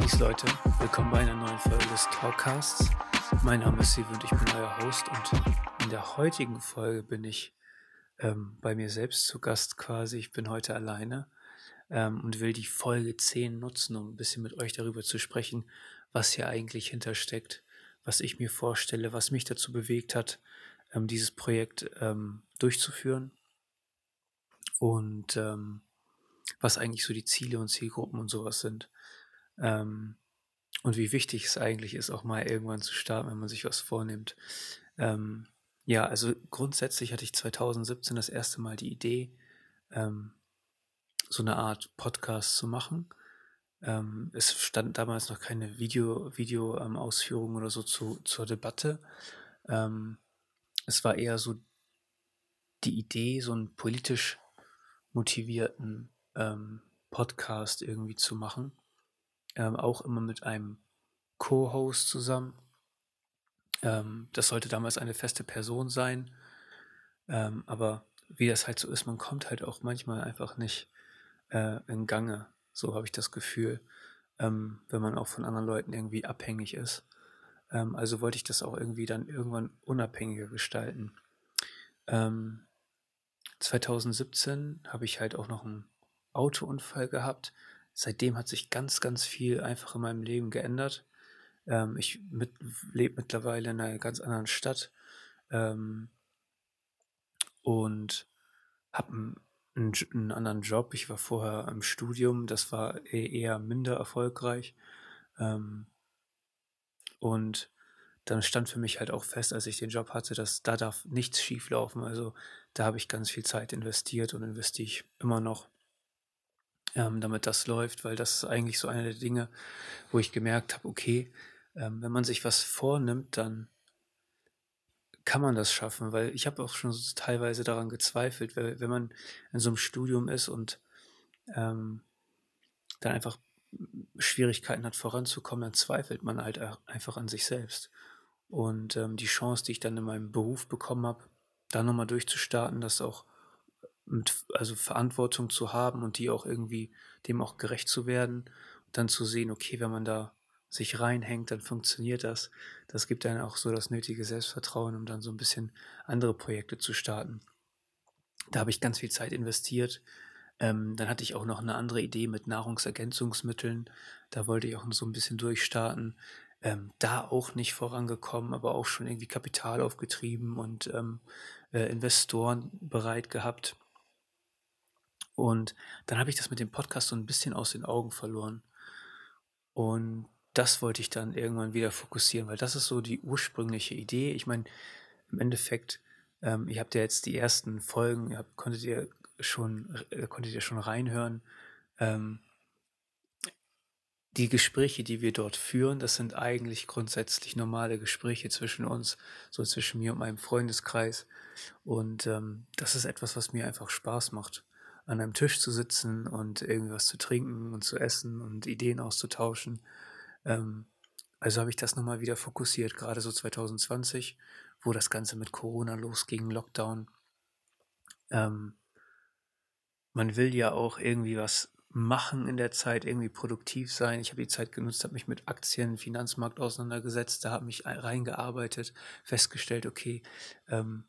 Peace Leute, willkommen bei einer neuen Folge des Talkcasts. Mein Name ist Siv und ich bin euer Host und in der heutigen Folge bin ich bei mir selbst zu Gast quasi. Ich bin heute alleine und will die Folge 10 nutzen, um ein bisschen mit euch darüber zu sprechen, was hier eigentlich hintersteckt, was ich mir vorstelle, was mich dazu bewegt hat, dieses Projekt durchzuführen und was eigentlich so die Ziele und Zielgruppen und sowas sind. Ähm, und wie wichtig es eigentlich ist, auch mal irgendwann zu starten, wenn man sich was vornimmt. Ähm, ja, also grundsätzlich hatte ich 2017 das erste Mal die Idee, ähm, so eine Art Podcast zu machen. Es stand damals noch keine Ausführung oder so zur Debatte. Ähm, Es war eher so die Idee, so einen politisch motivierten Podcast irgendwie zu machen. Auch immer mit einem Co-Host zusammen. Das sollte damals eine feste Person sein. Aber wie das halt so ist, man kommt halt auch manchmal einfach nicht in Gange. So habe ich das Gefühl, wenn man auch von anderen Leuten irgendwie abhängig ist. Also wollte ich das auch irgendwie dann irgendwann unabhängiger gestalten. Ähm, 2017 habe ich halt auch noch einen Autounfall gehabt. Seitdem hat sich ganz, ganz viel einfach in meinem Leben geändert. Ich lebe mittlerweile in einer ganz anderen Stadt ähm, und habe einen anderen Job. Ich war vorher im Studium, das war eher minder erfolgreich. Ähm, und dann stand für mich halt auch fest, als ich den Job hatte, dass da darf nichts schief laufen. Also da habe ich ganz viel Zeit investiert und investiere ich immer noch, damit das läuft, weil das ist eigentlich so eine der Dinge, wo ich gemerkt habe, okay, wenn man sich was vornimmt, dann kann man das schaffen, weil ich habe auch schon so teilweise daran gezweifelt, weil wenn man in so einem Studium ist und ähm, dann einfach Schwierigkeiten hat voranzukommen, dann zweifelt man halt einfach an sich selbst. Und die Chance, die ich dann in meinem Beruf bekommen habe, da nochmal durchzustarten, das auch also Verantwortung zu haben und die auch irgendwie dem auch gerecht zu werden und dann zu sehen, okay, wenn man da sich reinhängt, dann funktioniert das. Das gibt dann auch so das nötige Selbstvertrauen, um dann so ein bisschen andere Projekte zu starten. Da habe ich ganz viel Zeit investiert. Dann hatte ich auch noch eine andere Idee mit Nahrungsergänzungsmitteln. Da wollte ich auch so ein bisschen durchstarten. Da auch nicht vorangekommen, aber auch schon irgendwie Kapital aufgetrieben und Investoren bereit gehabt. Und dann habe ich das mit dem Podcast so ein bisschen aus den Augen verloren. Und das wollte ich dann irgendwann wieder fokussieren, weil das ist so die ursprüngliche Idee. Ich meine, im Endeffekt, ihr habt ja jetzt die ersten Folgen, konntet ihr schon reinhören. Ähm, Die Gespräche, die wir dort führen, das sind eigentlich grundsätzlich normale Gespräche zwischen uns, so zwischen mir und meinem Freundeskreis. Und das ist etwas, was mir einfach Spaß macht, an einem Tisch zu sitzen und irgendwie was zu trinken und zu essen und Ideen auszutauschen. Ähm, also habe ich das nochmal wieder fokussiert, gerade so 2020, wo das Ganze mit Corona losging, Lockdown. Ähm, Man will ja auch irgendwie was machen in der Zeit, irgendwie produktiv sein. Ich habe die Zeit genutzt, habe mich mit Aktien, Finanzmarkt auseinandergesetzt, da habe mich reingearbeitet, festgestellt, okay, ähm,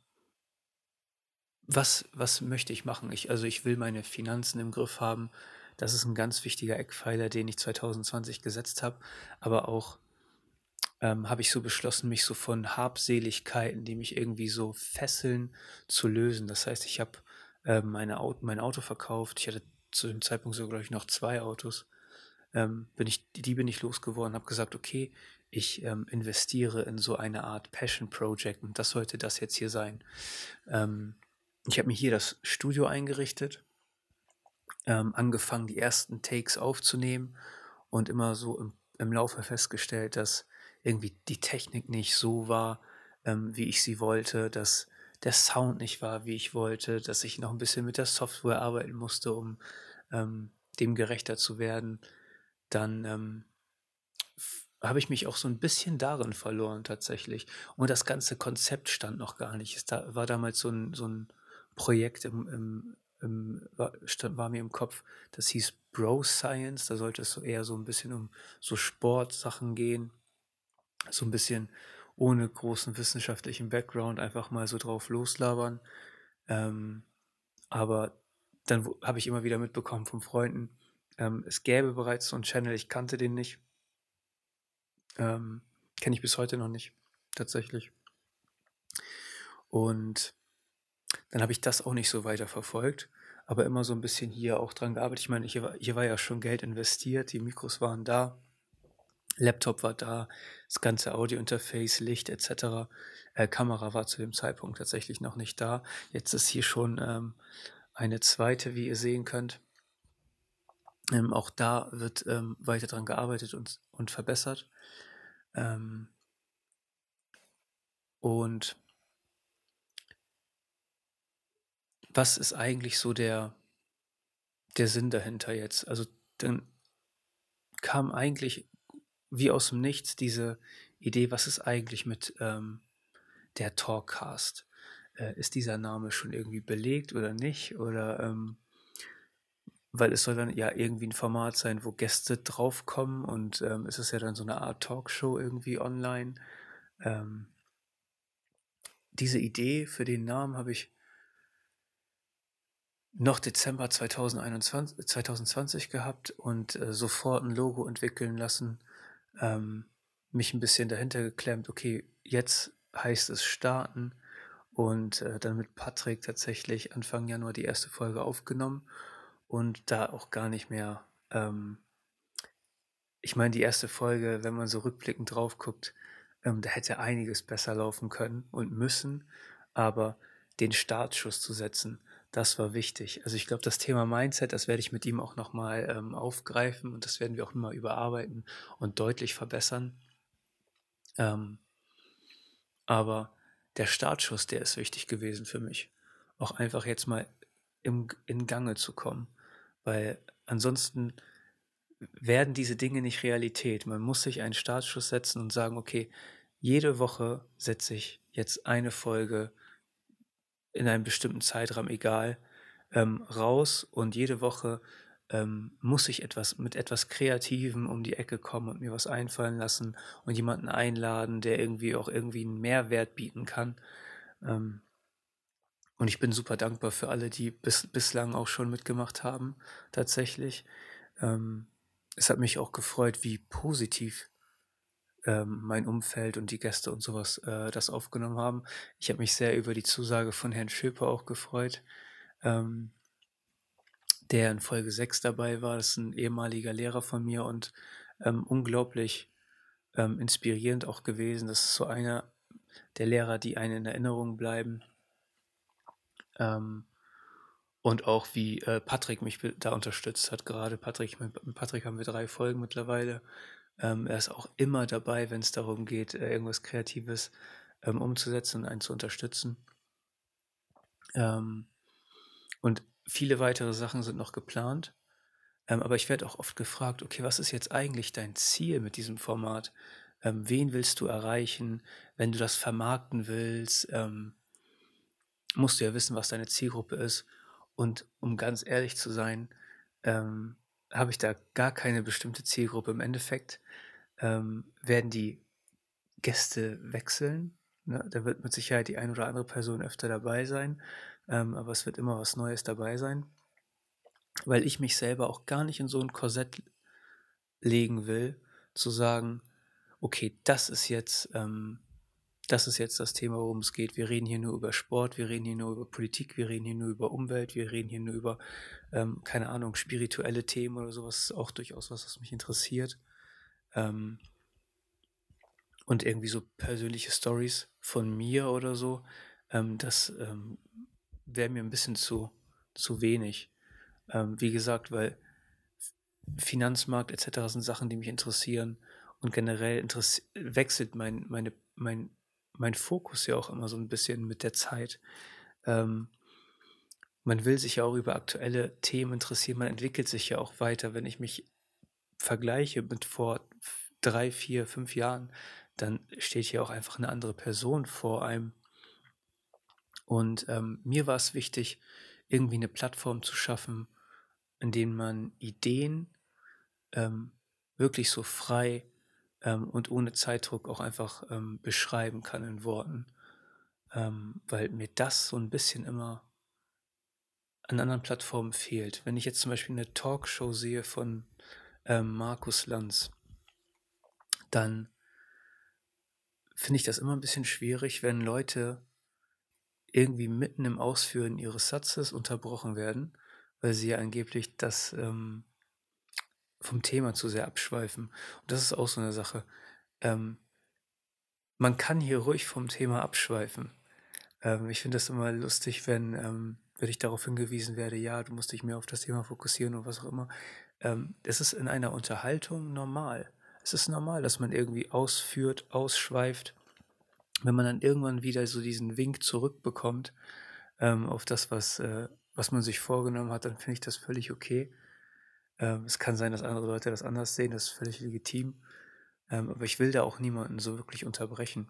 was möchte ich machen? Ich will meine Finanzen im Griff haben. Das ist ein ganz wichtiger Eckpfeiler, den ich 2020 gesetzt habe. Aber auch habe ich so beschlossen, mich so von Habseligkeiten, die mich irgendwie so fesseln, zu lösen. Das heißt, ich habe mein Auto verkauft. Ich hatte zu dem Zeitpunkt so, glaube ich, noch 2 Autos. Die bin ich losgeworden, habe gesagt, okay, ich investiere in so eine Art Passion Project und das sollte das jetzt hier sein. Ähm, Ich habe mir hier das Studio eingerichtet, angefangen, die ersten Takes aufzunehmen und immer so im Laufe festgestellt, dass irgendwie die Technik nicht so war, wie ich sie wollte, dass der Sound nicht war, wie ich wollte, dass ich noch ein bisschen mit der Software arbeiten musste, um dem gerechter zu werden. Dann habe ich mich auch so ein bisschen darin verloren tatsächlich. Und das ganze Konzept stand noch gar nicht. War damals so ein Projekt war mir im Kopf, das hieß Bro Science, da sollte es so eher so ein bisschen um so Sportsachen gehen, so ein bisschen ohne großen wissenschaftlichen Background einfach mal so drauf loslabern. Ähm, aber dann habe ich immer wieder mitbekommen von Freunden, es gäbe bereits so 'n Channel, ich kannte den nicht. Ähm, Kenne ich bis heute noch nicht, tatsächlich. Und dann habe ich das auch nicht so weiter verfolgt, aber immer so ein bisschen hier auch dran gearbeitet. Ich meine, hier war ja schon Geld investiert, die Mikros waren da, Laptop war da, das ganze Audiointerface, Licht et cetera. Kamera war zu dem Zeitpunkt tatsächlich noch nicht da. Jetzt ist hier schon, eine zweite, wie ihr sehen könnt. Auch da wird, weiter dran gearbeitet und verbessert. Ähm, und was ist eigentlich so der Sinn dahinter jetzt? Also, dann kam eigentlich wie aus dem Nichts diese Idee, was ist eigentlich mit, der Talkcast? Ist dieser Name schon irgendwie belegt oder nicht? Oder, weil es soll dann ja irgendwie ein Format sein, wo Gäste draufkommen und, es ist ja dann so eine Art Talkshow irgendwie online. Ähm, Diese Idee für den Namen habe ich noch Dezember 2020 gehabt und, sofort ein Logo entwickeln lassen, mich ein bisschen dahinter geklemmt: „Okay, jetzt heißt es starten“, und, dann mit Patrick tatsächlich Anfang Januar die erste Folge aufgenommen und da auch gar nicht mehr ich meine, die erste Folge, wenn man so rückblickend drauf guckt, da hätte einiges besser laufen können und müssen, aber den Startschuss zu setzen, das war wichtig. Also, ich glaube, das Thema Mindset, das werde ich mit ihm auch noch mal, aufgreifen und das werden wir auch noch mal überarbeiten und deutlich verbessern. Ähm, aber der Startschuss, der ist wichtig gewesen für mich. Auch einfach jetzt mal in Gange zu kommen, weil ansonsten werden diese Dinge nicht Realität. Man muss sich einen Startschuss setzen und sagen: „Okay, jede Woche setze ich jetzt eine Folge in einem bestimmten Zeitraum, egal, raus und jede Woche, muss ich mit etwas Kreativem um die Ecke kommen und mir was einfallen lassen und jemanden einladen, der irgendwie auch irgendwie einen Mehrwert bieten kann.“ Ähm, und ich bin super dankbar für alle, die bislang auch schon mitgemacht haben, tatsächlich. Ähm, Es hat mich auch gefreut, wie positiv, mein Umfeld und die Gäste und sowas das aufgenommen haben. Ich habe mich sehr über die Zusage von Herrn Schöper auch gefreut, ähm, der in Folge 6 dabei war. Das ist ein ehemaliger Lehrer von mir und, unglaublich, inspirierend auch gewesen. Das ist so einer der Lehrer, die einen in Erinnerung bleiben. Ähm, und auch wie, Patrick mich da unterstützt hat. Gerade Patrick, mit Patrick haben wir 3 Folgen mittlerweile. Er ist auch immer dabei, wenn es darum geht, irgendwas Kreatives, umzusetzen und einen zu unterstützen. Ähm, und viele weitere Sachen sind noch geplant. Aber ich werde auch oft gefragt: „Okay, was ist jetzt eigentlich dein Ziel mit diesem Format? Wen willst du erreichen? Wenn du das vermarkten willst, musst du ja wissen, was deine Zielgruppe ist.“ Und um ganz ehrlich zu sein, habe ich da gar keine bestimmte Zielgruppe. Im Endeffekt, werden die Gäste wechseln, ne? Da wird mit Sicherheit die ein oder andere Person öfter dabei sein, aber es wird immer was Neues dabei sein, weil ich mich selber auch gar nicht in so ein Korsett legen will, zu sagen: „Okay, das ist jetzt das Thema, worum es geht. Wir reden hier nur über Sport, wir reden hier nur über Politik, wir reden hier nur über Umwelt, wir reden hier nur über, keine Ahnung, spirituelle Themen oder sowas. Ist auch durchaus was mich interessiert. Ähm, und irgendwie so persönliche Stories von mir oder so, das, wäre mir ein bisschen zu wenig. Wie gesagt, weil Finanzmarkt et cetera sind Sachen, die mich interessieren und generell wechselt mein Fokus ja auch immer so ein bisschen mit der Zeit. Ähm, Man will sich ja auch über aktuelle Themen interessieren, man entwickelt sich ja auch weiter. Wenn ich mich vergleiche mit vor 3, 4, 5 Jahren, dann steht hier auch einfach eine andere Person vor einem. Und, mir war es wichtig, irgendwie eine Plattform zu schaffen, in denen man Ideen, ähm, wirklich so frei, und ohne Zeitdruck auch einfach, beschreiben kann in Worten, weil mir das so ein bisschen immer an anderen Plattformen fehlt. Wenn ich jetzt zum Beispiel eine Talkshow sehe von, Markus Lanz, dann finde ich das immer ein bisschen schwierig, wenn Leute irgendwie mitten im Ausführen ihres Satzes unterbrochen werden, weil sie ja angeblich das, vom Thema zu sehr abschweifen. Und das ist auch so eine Sache. Ähm, Man kann hier ruhig vom Thema abschweifen. Ich finde das immer lustig, wenn ich darauf hingewiesen werde: „Ja, du musst dich mehr auf das Thema fokussieren“ und was auch immer. Es ist in einer Unterhaltung normal. Es ist normal, dass man irgendwie ausführt, ausschweift. Wenn man dann irgendwann wieder so diesen Wink zurückbekommt, auf das, was man sich vorgenommen hat, dann finde ich das völlig okay. Es kann sein, dass andere Leute das anders sehen, das ist völlig legitim. Aber ich will da auch niemanden so wirklich unterbrechen.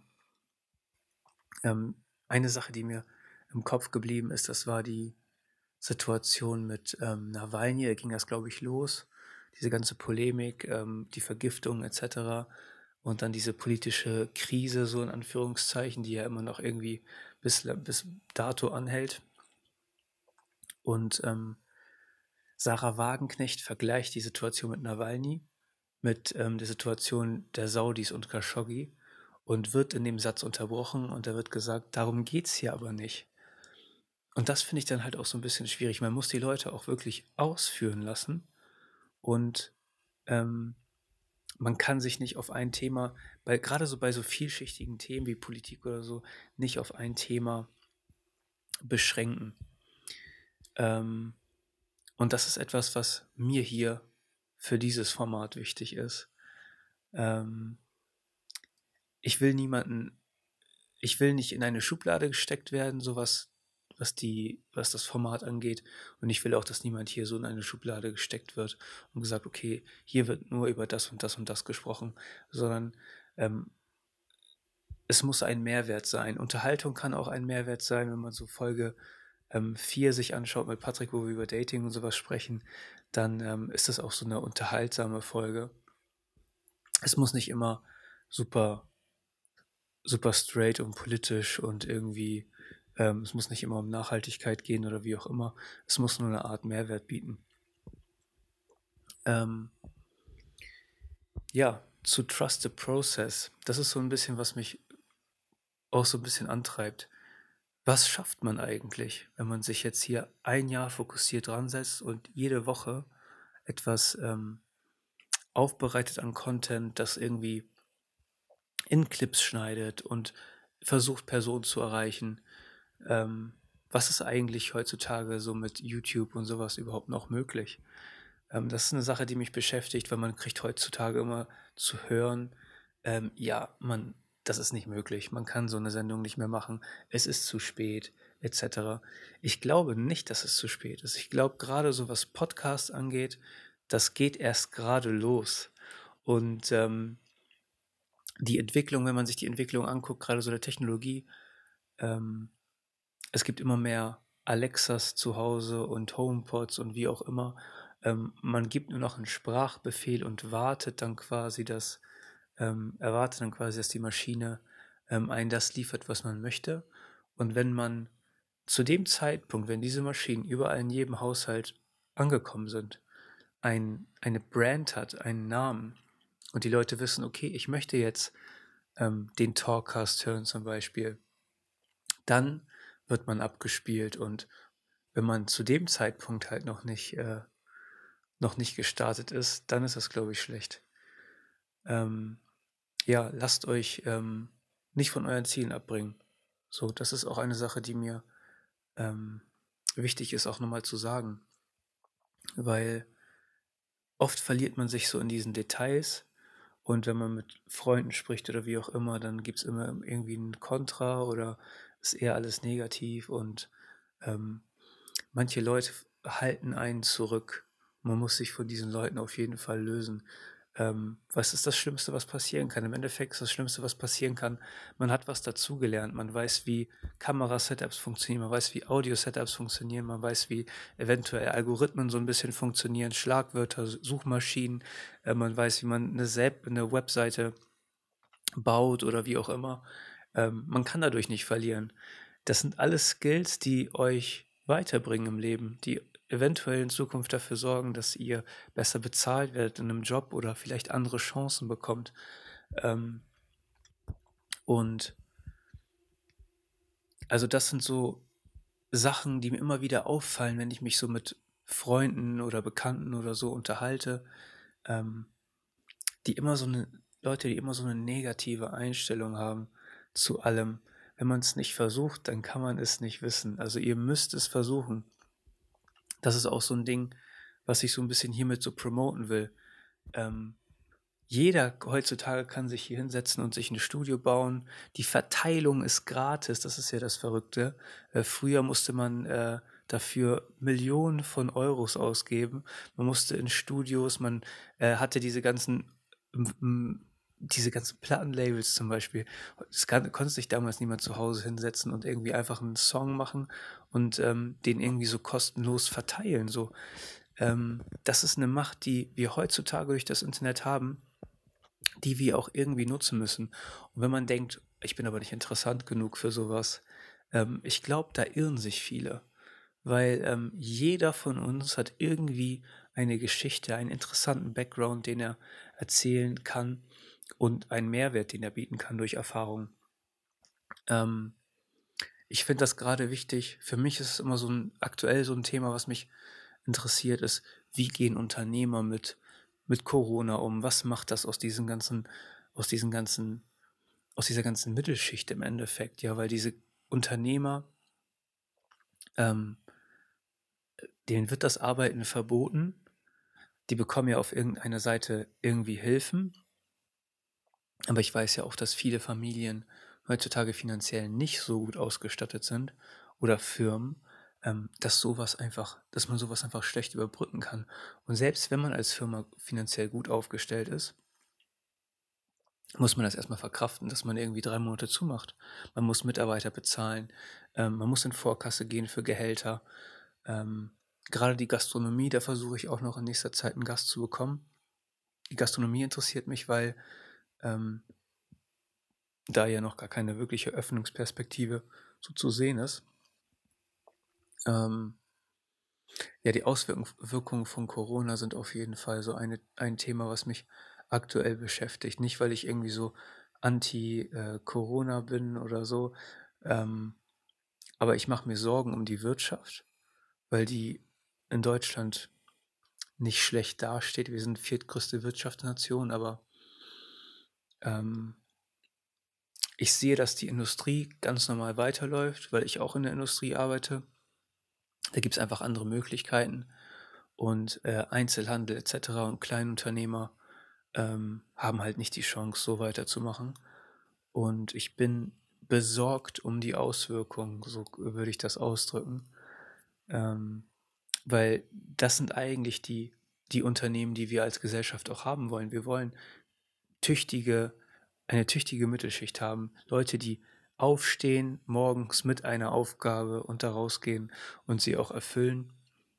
Eine Sache, die mir im Kopf geblieben ist, das war die Situation mit, Nawalny. Da ging das, glaube ich, los. Diese ganze Polemik, die Vergiftung et cetera. Und dann diese politische Krise, so in Anführungszeichen, die ja immer noch irgendwie bis dato anhält. Und, Sarah Wagenknecht vergleicht die Situation mit Nawalny mit, der Situation der Saudis und Khashoggi und wird in dem Satz unterbrochen und da wird gesagt: „Darum geht's hier aber nicht.“ Und das finde ich dann halt auch so ein bisschen schwierig. Man muss die Leute auch wirklich ausführen lassen und, ähm, man kann sich nicht auf ein Thema gerade so bei so vielschichtigen Themen wie Politik oder so, nicht auf ein Thema beschränken. Ähm, und das ist etwas, was mir hier für dieses Format wichtig ist. Ähm, ich will niemanden Ich will nicht in eine Schublade gesteckt werden, so was das Format angeht. Und ich will auch, dass niemand hier so in eine Schublade gesteckt wird und gesagt: „Okay, hier wird nur über das und das und das gesprochen“, sondern, ähm, es muss ein Mehrwert sein. Unterhaltung kann auch ein Mehrwert sein, wenn man so Folge, 4 sich anschaut mit Patrick, wo wir über Dating und sowas sprechen, dann, ist das auch so eine unterhaltsame Folge. Es muss nicht immer super super straight und politisch und irgendwie, es muss nicht immer um Nachhaltigkeit gehen oder wie auch immer. Es muss nur eine Art Mehrwert bieten. Ähm, ja, zu Trust the Process. Das ist so ein bisschen, was mich auch so ein bisschen antreibt. Was schafft man eigentlich, wenn man sich jetzt hier ein Jahr fokussiert dran setzt und jede Woche etwas, aufbereitet an Content, das irgendwie in Clips schneidet und versucht, Personen zu erreichen? Ähm, Was ist eigentlich heutzutage so mit YouTube und sowas überhaupt noch möglich? Das ist eine Sache, die mich beschäftigt, weil man kriegt heutzutage immer zu hören, ja, das ist nicht möglich. Man kann so eine Sendung nicht mehr machen. Es ist zu spät, et cetera. Ich glaube nicht, dass es zu spät ist. Ich glaube, gerade so was Podcasts angeht, das geht erst gerade los. Und, die Entwicklung, wenn man sich die Entwicklung anguckt, gerade so der Technologie, ähm es gibt immer mehr Alexas zu Hause und HomePods und wie auch immer. Man gibt nur noch einen Sprachbefehl und erwartet dann quasi, dass die Maschine, einen das liefert, was man möchte. Und wenn man zu dem Zeitpunkt, wenn diese Maschinen überall in jedem Haushalt angekommen sind, eine Brand hat, einen Namen und die Leute wissen: „Okay, ich möchte jetzt, den Talkcast hören“ zum Beispiel, dann wird man abgespielt und wenn man zu dem Zeitpunkt halt noch nicht gestartet ist, dann ist das, glaube ich, schlecht. Ähm, ja, lasst euch, nicht von euren Zielen abbringen. So, das ist auch eine Sache, die mir, ähm, wichtig ist, auch nochmal zu sagen, weil oft verliert man sich so in diesen Details und wenn man mit Freunden spricht oder wie auch immer, dann gibt es immer irgendwie ein Kontra oder ist eher alles negativ und, ähm, manche Leute halten einen zurück. Man muss sich von diesen Leuten auf jeden Fall lösen. Was ist das Schlimmste, was passieren kann? Im Endeffekt ist das Schlimmste, was passieren kann, man hat was dazugelernt. Man weiß, wie Kamera-Setups funktionieren, man weiß, wie Audio-Setups funktionieren, man weiß, wie eventuell Algorithmen so ein bisschen funktionieren, Schlagwörter, Suchmaschinen, man weiß, wie man eine Webseite baut oder wie auch immer. Man kann dadurch nicht verlieren. Das sind alles Skills, die euch weiterbringen im Leben, die eventuell in Zukunft dafür sorgen, dass ihr besser bezahlt werdet in einem Job oder vielleicht andere Chancen bekommt. Ähm, und also das sind so Sachen, die mir immer wieder auffallen, wenn ich mich so mit Freunden oder Bekannten oder so unterhalte, ähm, die immer so eine Leute, die immer so eine negative Einstellung haben zu allem. Wenn man es nicht versucht, dann kann man es nicht wissen. Also ihr müsst es versuchen. Das ist auch so ein Ding, was ich so ein bisschen hiermit so promoten will. Ähm, Jeder heutzutage kann sich hier hinsetzen und sich ein Studio bauen. Die Verteilung ist gratis, das ist ja das Verrückte. Früher musste man dafür Millionen von Euros ausgeben. Man musste in Studios, man hatte diese ganzen Plattenlabels zum Beispiel. Konnte sich damals niemand zu Hause hinsetzen und irgendwie einfach einen Song machen und den irgendwie so kostenlos verteilen. So. Das ist eine Macht, die wir heutzutage durch das Internet haben, die wir auch irgendwie nutzen müssen. Und wenn man denkt, ich bin aber nicht interessant genug für sowas, ich glaube, da irren sich viele, weil jeder von uns hat irgendwie eine Geschichte, einen interessanten Background, den er erzählen kann und einen Mehrwert, den er bieten kann durch Erfahrung. Ähm, Ich finde das gerade wichtig. Für mich ist es immer aktuell so ein Thema, was mich interessiert, ist, wie gehen Unternehmer mit Corona um? Was macht das aus diesen ganzen, aus dieser ganzen Mittelschicht im Endeffekt? Ja, weil diese Unternehmer, ähm, denen wird das Arbeiten verboten. Die bekommen ja auf irgendeiner Seite irgendwie Hilfen. Aber ich weiß ja auch, dass viele Familien heutzutage finanziell nicht so gut ausgestattet sind oder Firmen, dass man sowas einfach schlecht überbrücken kann. Und selbst wenn man als Firma finanziell gut aufgestellt ist, muss man das erstmal verkraften, dass man irgendwie 3 Monate zumacht. Man muss Mitarbeiter bezahlen, man muss in Vorkasse gehen für Gehälter. Ähm, Gerade die Gastronomie, da versuche ich auch noch in nächster Zeit einen Gast zu bekommen. Die Gastronomie interessiert mich, weil ähm, da ja noch gar keine wirkliche Öffnungsperspektive so zu sehen ist. Ähm, ja, die Auswirkungen von Corona sind auf jeden Fall so ein Thema, was mich aktuell beschäftigt. Nicht, weil ich irgendwie so anti-Corona bin oder so, ähm, aber ich mache mir Sorgen um die Wirtschaft, weil die in Deutschland nicht schlecht dasteht. Wir sind viertgrößte Wirtschaftsnation, aber ähm, ich sehe, dass die Industrie ganz normal weiterläuft, weil ich auch in der Industrie arbeite. Da gibt es einfach andere Möglichkeiten und Einzelhandel etc. und Kleinunternehmer haben halt nicht die Chance, so weiterzumachen. Und ich bin besorgt um die Auswirkungen, so würde ich das ausdrücken. Ähm, Weil das sind eigentlich die Unternehmen, die wir als Gesellschaft auch haben wollen. Wir wollen tüchtige, eine tüchtige Mittelschicht haben. Leute, die aufstehen morgens mit einer Aufgabe und da rausgehen und sie auch erfüllen.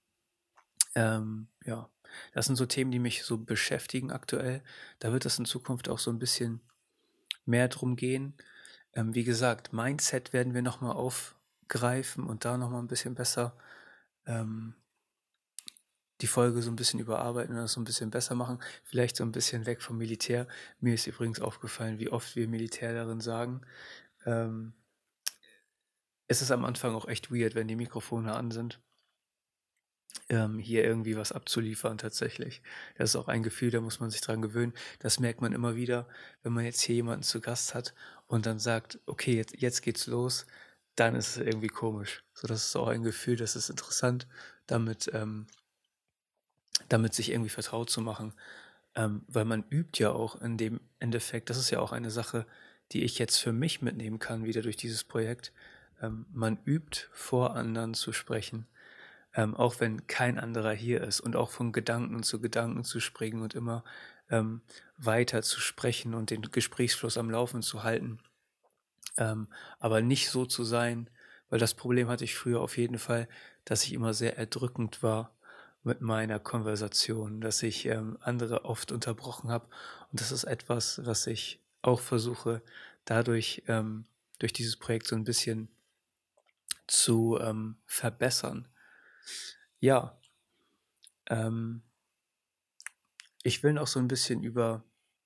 Ja, das sind so Themen, die mich so beschäftigen aktuell. Da wird es in Zukunft auch so ein bisschen mehr drum gehen. Wie gesagt, Mindset werden wir nochmal aufgreifen und da nochmal ein bisschen besser ähm, die Folge so ein bisschen überarbeiten und das so ein bisschen besser machen. Vielleicht so ein bisschen weg vom Militär. Mir ist übrigens aufgefallen, wie oft wir Militär darin sagen. Ähm, Es ist am Anfang auch echt weird, wenn die Mikrofone an sind, hier irgendwie was abzuliefern tatsächlich. Das ist auch ein Gefühl, da muss man sich dran gewöhnen. Das merkt man immer wieder, wenn man jetzt hier jemanden zu Gast hat und dann sagt, okay, jetzt geht's los, dann ist es irgendwie komisch. So, das ist auch ein Gefühl, das ist interessant, damit, damit sich irgendwie vertraut zu machen. Weil man übt ja auch in dem Endeffekt, das ist ja auch eine Sache, die ich jetzt für mich mitnehmen kann, wieder durch dieses Projekt. Man übt vor anderen zu sprechen, auch wenn kein anderer hier ist und auch von Gedanken zu springen und immer ähm, weiter zu sprechen und den Gesprächsfluss am Laufen zu halten. Aber nicht so zu sein, weil das Problem hatte ich früher auf jeden Fall, dass ich immer sehr erdrückend war mit meiner Konversation, dass ich andere oft unterbrochen habe. Und das ist etwas, was ich auch versuche, dadurch durch dieses Projekt so ein bisschen zu verbessern. Ja, ähm, ich will noch so ein bisschen über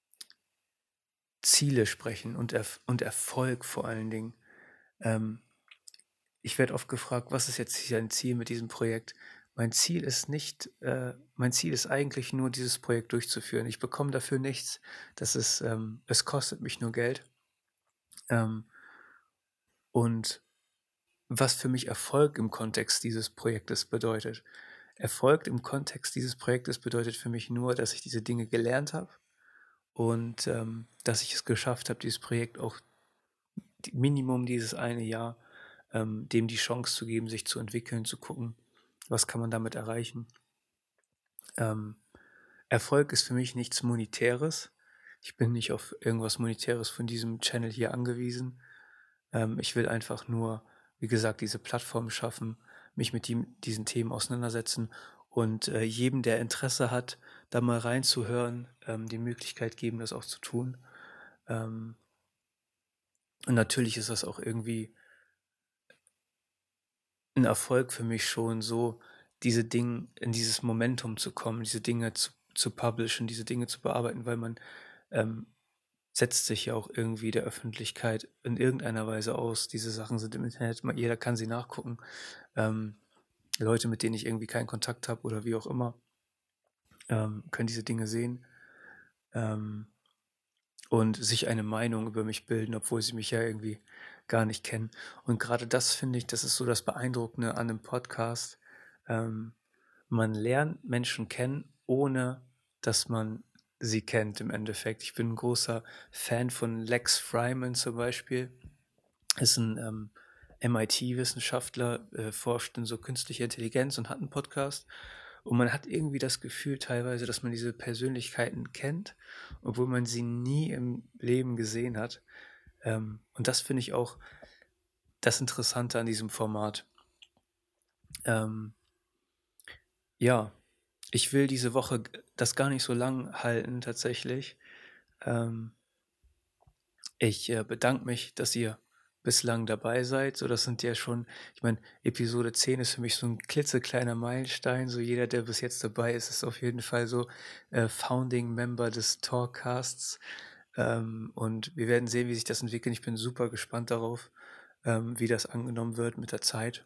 Ziele sprechen und Erfolg vor allen Dingen. Ähm, Ich werde oft gefragt: „Was ist jetzt hier dein Ziel mit diesem Projekt?“ Mein Ziel ist eigentlich nur, dieses Projekt durchzuführen. Ich bekomme dafür nichts. Es kostet mich nur Geld. Ähm, und was für mich Erfolg im Kontext dieses Projektes bedeutet. Erfolg im Kontext dieses Projektes bedeutet für mich nur, dass ich diese Dinge gelernt habe und, dass ich es geschafft habe, dieses Projekt auch Minimum dieses eine Jahr, dem die Chance zu geben, sich zu entwickeln, zu gucken, was kann man damit erreichen. Ähm, Erfolg ist für mich nichts Monetäres. Ich bin nicht auf irgendwas Monetäres von diesem Channel hier angewiesen. Ich will einfach nur, wie gesagt, diese Plattform schaffen, mich mit diesen Themen auseinandersetzen und jedem, der Interesse hat, da mal reinzuhören, die Möglichkeit geben, das auch zu tun. Ähm, und natürlich ist das auch irgendwie ein Erfolg für mich schon so, diese Dinge in dieses Momentum zu kommen, diese Dinge zu publishen, diese Dinge zu bearbeiten, weil man ähm, setzt sich ja auch irgendwie der Öffentlichkeit in irgendeiner Weise aus. Diese Sachen sind im Internet, jeder kann sie nachgucken. Ähm, Leute, mit denen ich irgendwie keinen Kontakt habe oder wie auch immer, können diese Dinge sehen ähm, und sich eine Meinung über mich bilden, obwohl sie mich ja irgendwie gar nicht kennen. Und gerade das finde ich, das ist so das Beeindruckende an einem Podcast. Ähm, Man lernt Menschen kennen, ohne dass man sie kennt im Endeffekt. Ich bin ein großer Fan von Lex Fryman zum Beispiel. Ist ein MIT-Wissenschaftler, forscht in so künstlicher Intelligenz und hat einen Podcast. Und man hat irgendwie das Gefühl teilweise, dass man diese Persönlichkeiten kennt, obwohl man sie nie im Leben gesehen hat. Und das finde ich auch das Interessante an diesem Format. Ähm, ja, ich will diese Woche das gar nicht so lang halten tatsächlich. Ähm, Ich bedanke mich, dass ihr bislang dabei seid. So, das sind ja schon, ich meine, Episode 10 ist für mich so ein klitzekleiner Meilenstein. So jeder, der bis jetzt dabei ist, ist auf jeden Fall so Founding Member des Talkcasts. Und wir werden sehen, wie sich das entwickelt. Ich bin super gespannt darauf, wie das angenommen wird mit der Zeit,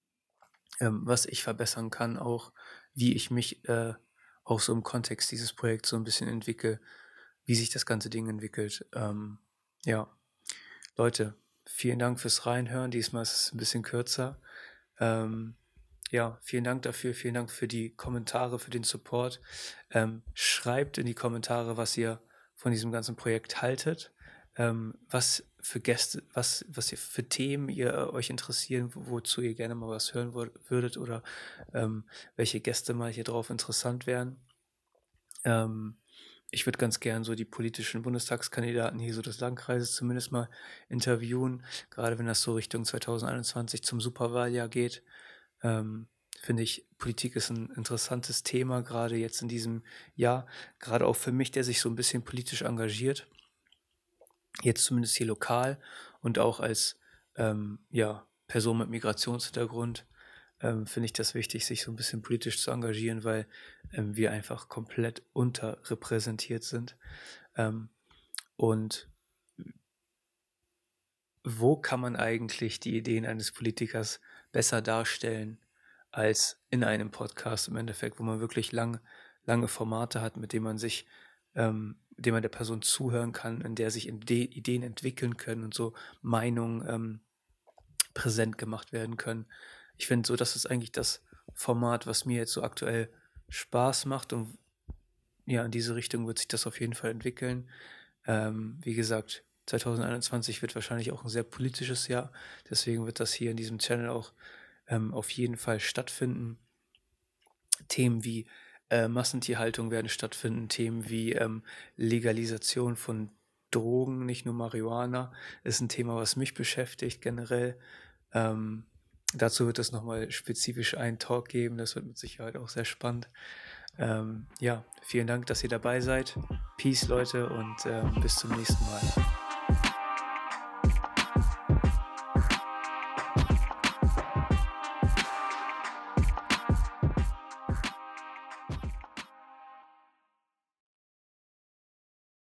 was ich verbessern kann, auch wie ich mich auch so im Kontext dieses Projekts so ein bisschen entwickle, wie sich das ganze Ding entwickelt. Ja, Leute, vielen Dank fürs Reinhören. Diesmal ist es ein bisschen kürzer. Ähm, ja, vielen Dank dafür. Vielen Dank für die Kommentare, für den Support. Schreibt in die Kommentare, was ihr von diesem ganzen Projekt haltet. Was für Gäste, was ihr für Themen ihr euch interessieren, wozu ihr gerne mal was hören würdet oder welche Gäste mal hier drauf interessant wären. Ähm, Ich würde ganz gern so die politischen Bundestagskandidaten hier so des Landkreises zumindest mal interviewen, gerade wenn das so Richtung 2021 zum Superwahljahr geht. Ähm, Finde ich, Politik ist ein interessantes Thema, gerade jetzt in diesem Jahr, gerade auch für mich, der sich so ein bisschen politisch engagiert, jetzt zumindest hier lokal und auch als ja, Person mit Migrationshintergrund finde ich das wichtig, sich so ein bisschen politisch zu engagieren, weil wir einfach komplett unterrepräsentiert sind. Ähm, und wo kann man eigentlich die Ideen eines Politikers besser darstellen als in einem Podcast im Endeffekt, wo man wirklich lange Formate hat, mit dem man der Person zuhören kann, in der sich Ideen entwickeln können und so Meinungen präsent gemacht werden können. Ich finde so, das ist eigentlich das Format, was mir jetzt so aktuell Spaß macht und ja, in diese Richtung wird sich das auf jeden Fall entwickeln. Wie gesagt, 2021 wird wahrscheinlich auch ein sehr politisches Jahr, deswegen wird das hier in diesem Channel auch auf jeden Fall stattfinden. Themen wie Massentierhaltung werden stattfinden. Themen wie Legalisation von Drogen, nicht nur Marihuana, ist ein Thema, was mich beschäftigt generell. Ähm, Dazu wird es nochmal spezifisch einen Talk geben. Das wird mit Sicherheit auch sehr spannend. Ja, vielen Dank, dass ihr dabei seid. Peace, Leute, und bis zum nächsten Mal.